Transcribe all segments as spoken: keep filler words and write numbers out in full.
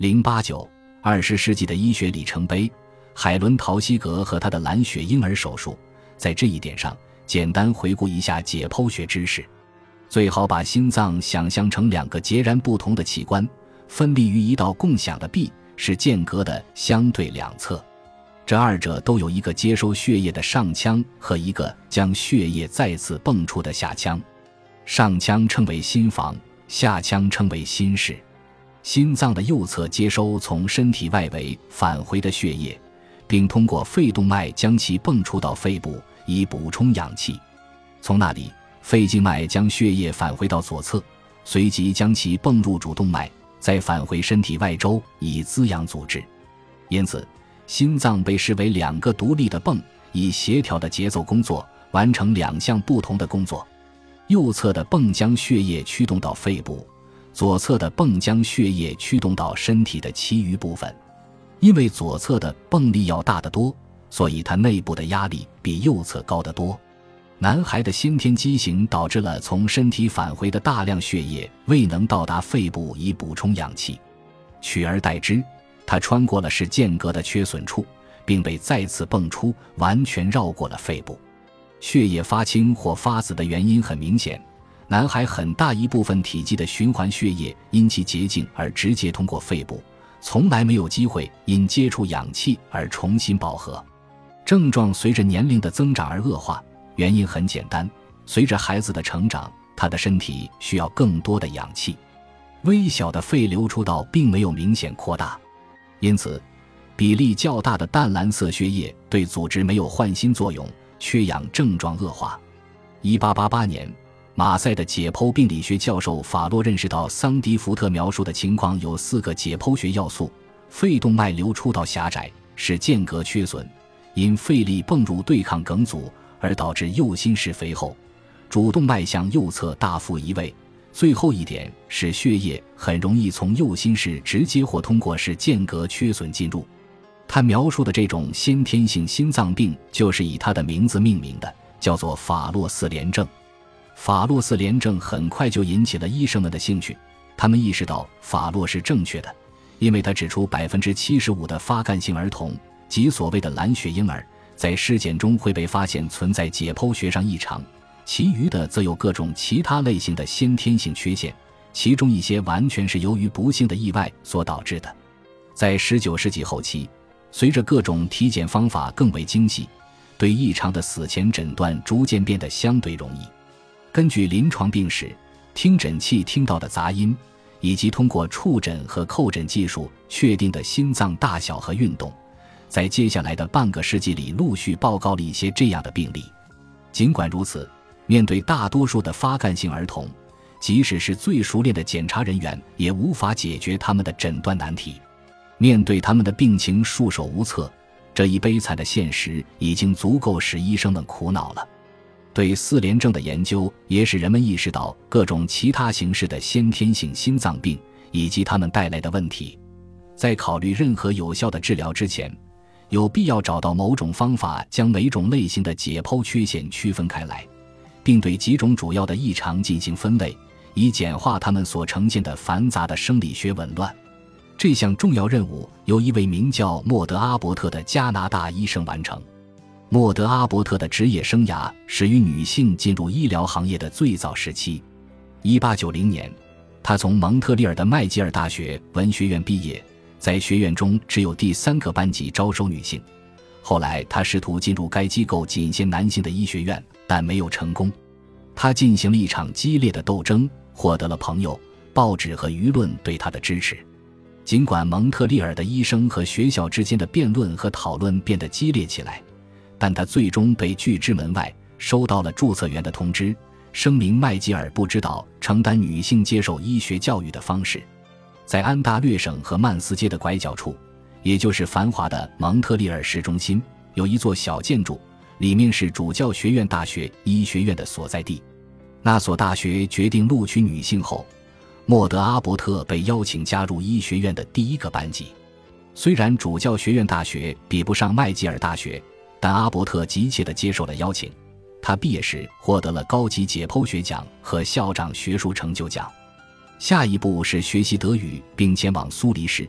零八九二十世纪的医学里程碑，海伦·陶希格和他的蓝血婴儿手术。在这一点上，简单回顾一下解剖学知识。最好把心脏想象成两个截然不同的器官，分立于一道共享的壁，是间隔的相对两侧。这二者都有一个接收血液的上腔和一个将血液再次泵出的下腔。上腔称为心房，下腔称为心室。心脏的右侧接收从身体外围返回的血液，并通过肺动脉将其泵出到肺部，以补充氧气。从那里，肺静脉将血液返回到左侧，随即将其泵入主动脉，再返回身体外周，以滋养组织。因此，心脏被视为两个独立的泵，以协调的节奏工作，完成两项不同的工作。右侧的泵将血液驱动到肺部，左侧的泵将血液驱动到身体的其余部分。因为左侧的泵力要大得多，所以它内部的压力比右侧高得多。男孩的先天畸形导致了从身体返回的大量血液未能到达肺部以补充氧气，取而代之，它穿过了是间隔的缺损处，并被再次泵出，完全绕过了肺部。血液发青或发紫的原因很明显，男孩很大一部分体积的循环血液因其洁净而直接通过肺部，从来没有机会因接触氧气而重新饱和。症状随着年龄的增长而恶化，原因很简单，随着孩子的成长，他的身体需要更多的氧气。微小的肺流出道并没有明显扩大，因此比例较大的淡蓝色血液对组织没有换新作用，缺氧症状恶化。一八八八年，马赛的解剖病理学教授法洛认识到桑迪福特描述的情况有四个解剖学要素：肺动脉流出道狭窄，使间隔缺损，因肺力泵入对抗梗阻而导致右心室肥厚，主动脉向右侧大幅移位，最后一点使血液很容易从右心室直接或通过是间隔缺损进入。他描述的这种先天性心脏病就是以他的名字命名的，叫做法洛斯联症。法洛斯联症很快就引起了医生们的兴趣，他们意识到法洛是正确的，因为他指出 百分之七十五 的发干性儿童，即所谓的蓝血婴儿，在尸检中会被发现存在解剖学上异常，其余的则有各种其他类型的先天性缺陷，其中一些完全是由于不幸的意外所导致的。在十九世纪后期，随着各种体检方法更为精细，对异常的死前诊断逐渐变得相对容易。根据临床病史、听诊器听到的杂音，以及通过触诊和叩诊技术确定的心脏大小和运动，在接下来的半个世纪里陆续报告了一些这样的病例。尽管如此，面对大多数的发干性儿童，即使是最熟练的检查人员也无法解决他们的诊断难题。面对他们的病情束手无策，这一悲惨的现实已经足够使医生们苦恼了。对四联症的研究也使人们意识到各种其他形式的先天性心脏病以及它们带来的问题。在考虑任何有效的治疗之前，有必要找到某种方法将每种类型的解剖缺陷区分开来，并对几种主要的异常进行分类，以简化它们所呈现的繁杂的生理学紊乱。这项重要任务由一位名叫莫德阿伯特的加拿大医生完成。莫德阿伯特的职业生涯始于女性进入医疗行业的最早时期。一八九零年，他从蒙特利尔的麦吉尔大学文学院毕业，在学院中只有第三个班级招收女性。后来他试图进入该机构仅限男性的医学院，但没有成功。他进行了一场激烈的斗争，获得了朋友、报纸和舆论对他的支持。尽管蒙特利尔的医生和学校之间的辩论和讨论变得激烈起来，但他最终被拒之门外，收到了注册员的通知，声明麦吉尔不知道承担女性接受医学教育的方式。在安大略省和曼斯街的拐角处，也就是繁华的蒙特利尔市中心，有一座小建筑，里面是主教学院大学医学院的所在地。那所大学决定录取女性后，莫德阿伯特被邀请加入医学院的第一个班级。虽然主教学院大学比不上麦吉尔大学，但阿伯特急切地接受了邀请。他毕业时获得了高级解剖学奖和校长学术成就奖。下一步是学习德语，并前往苏黎世，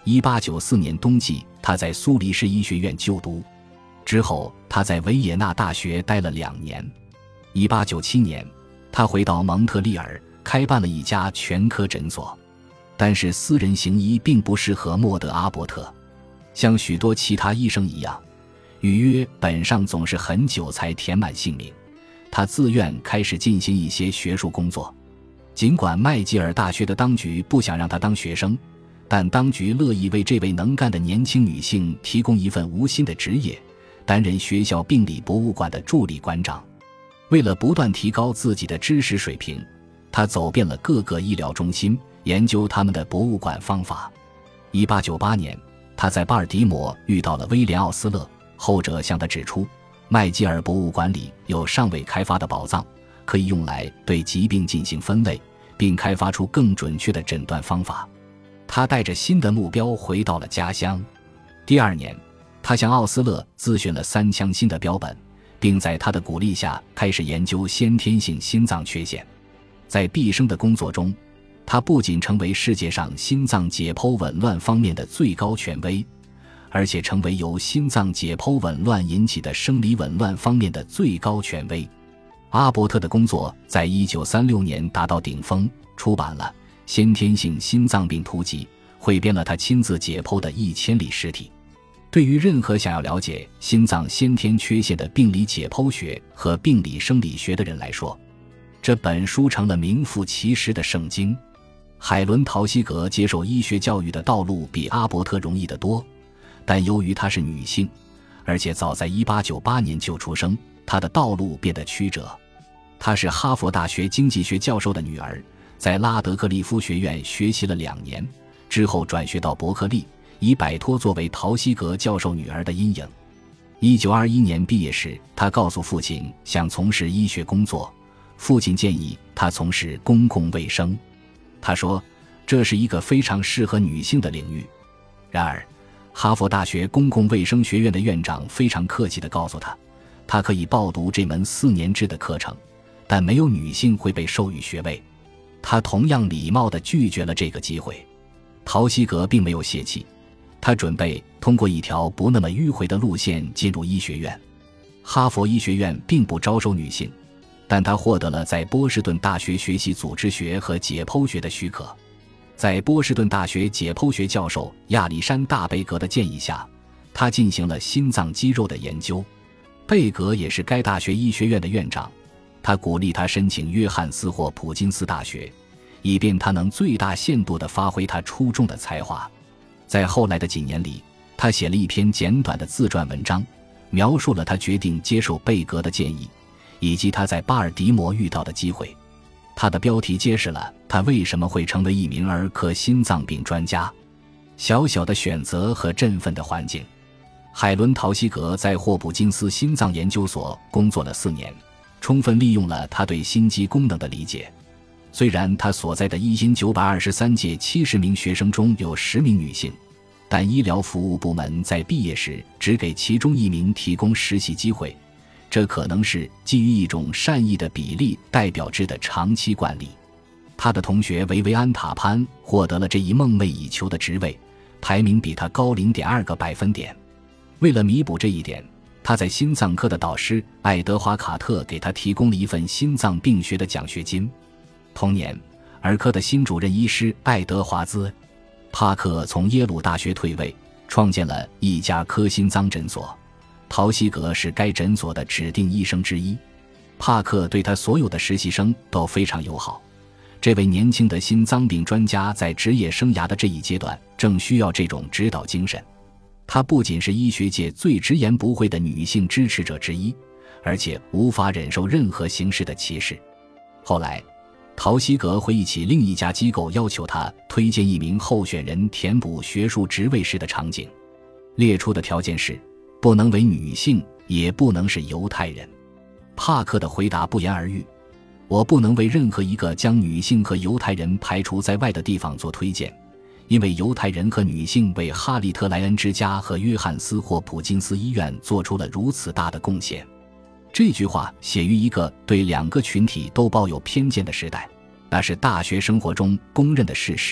一八九四年冬季，他在苏黎世医学院就读，之后他在维也纳大学待了两年。一八九七年，他回到蒙特利尔，开办了一家全科诊所。但是私人行医并不适合莫德阿伯特，像许多其他医生一样，预约本上总是很久才填满姓名。他自愿开始进行一些学术工作，尽管麦吉尔大学的当局不想让他当学生，但当局乐意为这位能干的年轻女性提供一份无薪的职业，担任学校病理博物馆的助理馆长。为了不断提高自己的知识水平，他走遍了各个医疗中心，研究他们的博物馆方法。一八九八年，他在巴尔的摩遇到了威廉·奥斯勒，后者向他指出，麦吉尔博物馆里有尚未开发的宝藏，可以用来对疾病进行分类，并开发出更准确的诊断方法。他带着新的目标回到了家乡。第二年，他向奥斯勒咨询了三枪新的标本，并在他的鼓励下开始研究先天性心脏缺陷。在毕生的工作中，他不仅成为世界上心脏解剖紊乱方面的最高权威，而且成为由心脏解剖紊乱引起的生理紊乱方面的最高权威。阿伯特的工作在一九三六年达到顶峰，出版了《先天性心脏病图集》，汇编了他亲自解剖的一千例尸体。对于任何想要了解心脏先天缺陷的病理解剖学和病理生理学的人来说，这本书成了名副其实的圣经。海伦·陶希格接受医学教育的道路比阿伯特容易得多，但由于她是女性，而且早在一八九八年就出生，她的道路变得曲折。她是哈佛大学经济学教授的女儿，在拉德克利夫学院学习了两年，之后转学到伯克利，以摆脱作为陶希格教授女儿的阴影。一九二一年毕业时，她告诉父亲想从事医学工作，父亲建议她从事公共卫生。他说，这是一个非常适合女性的领域。然而，哈佛大学公共卫生学院的院长非常客气地告诉他，他可以报读这门四年制的课程，但没有女性会被授予学位。他同样礼貌地拒绝了这个机会。陶希格并没有泄气，他准备通过一条不那么迂回的路线进入医学院。哈佛医学院并不招收女性，但他获得了在波士顿大学学习组织学和解剖学的许可。在波士顿大学解剖学教授亚历山大·贝格的建议下，他进行了心脏肌肉的研究。贝格也是该大学医学院的院长，他鼓励他申请约翰斯或普金斯大学，以便他能最大限度地发挥他出众的才华。在后来的几年里，他写了一篇简短的自传文章，描述了他决定接受贝格的建议，以及他在巴尔的摩遇到的机会。他的标题揭示了他为什么会成为一名儿科心脏病专家。小小的选择和振奋的环境。海伦·陶希格在霍普金斯心脏研究所工作了四年，充分利用了他对心肌功能的理解。虽然他所在的一千九百二十三届七十名学生中有十名女性，但医疗服务部门在毕业时只给其中一名提供实习机会，这可能是基于一种善意的比例代表制的长期惯例。他的同学维维安·塔潘获得了这一梦寐以求的职位，排名比他高 零点二 个百分点。为了弥补这一点，他在心脏科的导师爱德华·卡特给他提供了一份心脏病学的奖学金。同年，儿科的新主任医师爱德华兹·帕克从耶鲁大学退位，创建了一家科心脏诊所。陶希格是该诊所的指定医生之一。帕克对他所有的实习生都非常友好。这位年轻的心脏病专家在职业生涯的这一阶段正需要这种指导精神。她不仅是医学界最直言不讳的女性支持者之一，而且无法忍受任何形式的歧视。后来，陶希格回忆起另一家机构要求他推荐一名候选人填补学术职位时的场景，列出的条件是不能为女性，也不能是犹太人。帕克的回答不言而喻，我不能为任何一个将女性和犹太人排除在外的地方做推荐，因为犹太人和女性为哈利特莱恩之家和约翰斯或普金斯医院做出了如此大的贡献。这句话写于一个对两个群体都抱有偏见的时代，那是大学生活中公认的事实，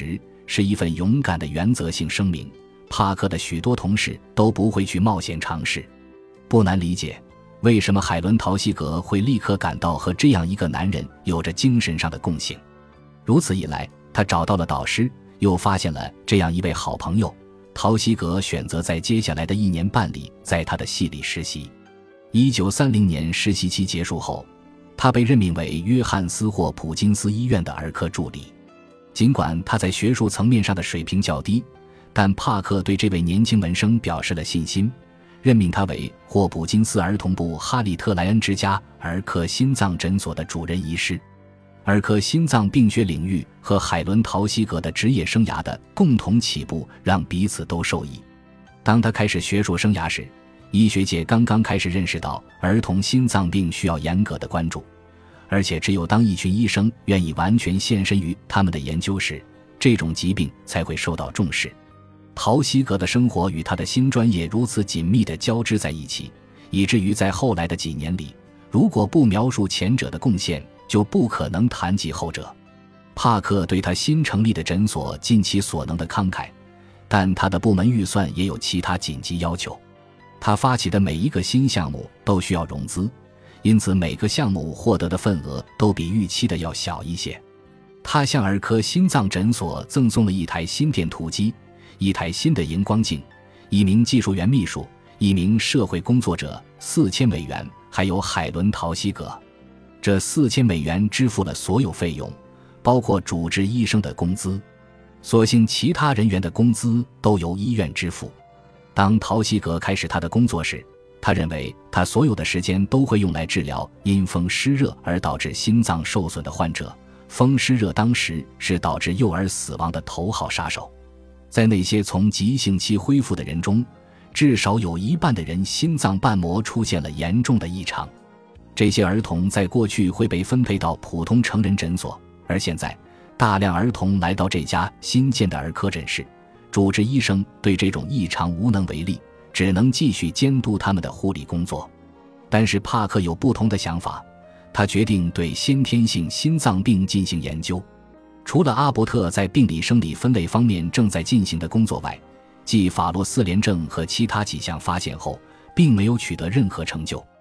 是一份勇敢的原则性声明，帕克的许多同事都不会去冒险尝试。不难理解，为什么海伦·陶希格会立刻感到和这样一个男人有着精神上的共性。如此一来，他找到了导师，又发现了这样一位好朋友。陶希格选择在接下来的一年半里在他的系里实习。一九三零年实习期结束后，他被任命为约翰斯霍普金斯医院的儿科助理。尽管他在学术层面上的水平较低，但帕克对这位年轻门生表示了信心，任命他为霍普金斯儿童部哈里特莱恩之家儿科心脏诊所的主任医师。儿科心脏病学领域和海伦·陶希格的职业生涯的共同起步让彼此都受益。当他开始学术生涯时，医学界刚刚开始认识到儿童心脏病需要严格的关注，而且只有当一群医生愿意完全献身于他们的研究时，这种疾病才会受到重视。陶希格的生活与他的新专业如此紧密地交织在一起，以至于在后来的几年里，如果不描述前者的贡献，就不可能谈及后者。帕克对他新成立的诊所尽其所能的慷慨，但他的部门预算也有其他紧急要求。他发起的每一个新项目都需要融资，因此每个项目获得的份额都比预期的要小一些。他向儿科心脏诊所赠送了一台心电图机、一台新的荧光镜、一名技术员秘书、一名社会工作者，四千美元，还有海伦·陶希格。这四千美元支付了所有费用，包括主治医生的工资，所幸其他人员的工资都由医院支付。当陶希格开始他的工作时，他认为他所有的时间都会用来治疗因风湿热而导致心脏受损的患者。风湿热当时是导致幼儿死亡的头号杀手。在那些从急性期恢复的人中，至少有一半的人心脏瓣膜出现了严重的异常。这些儿童在过去会被分配到普通成人诊所，而现在大量儿童来到这家新建的儿科诊室，主治医生对这种异常无能为力，只能继续监督他们的护理工作。但是帕克有不同的想法，他决定对先天性心脏病进行研究。除了阿伯特在病理生理分类方面正在进行的工作外，继法洛斯联症和其他几项发现后，并没有取得任何成就。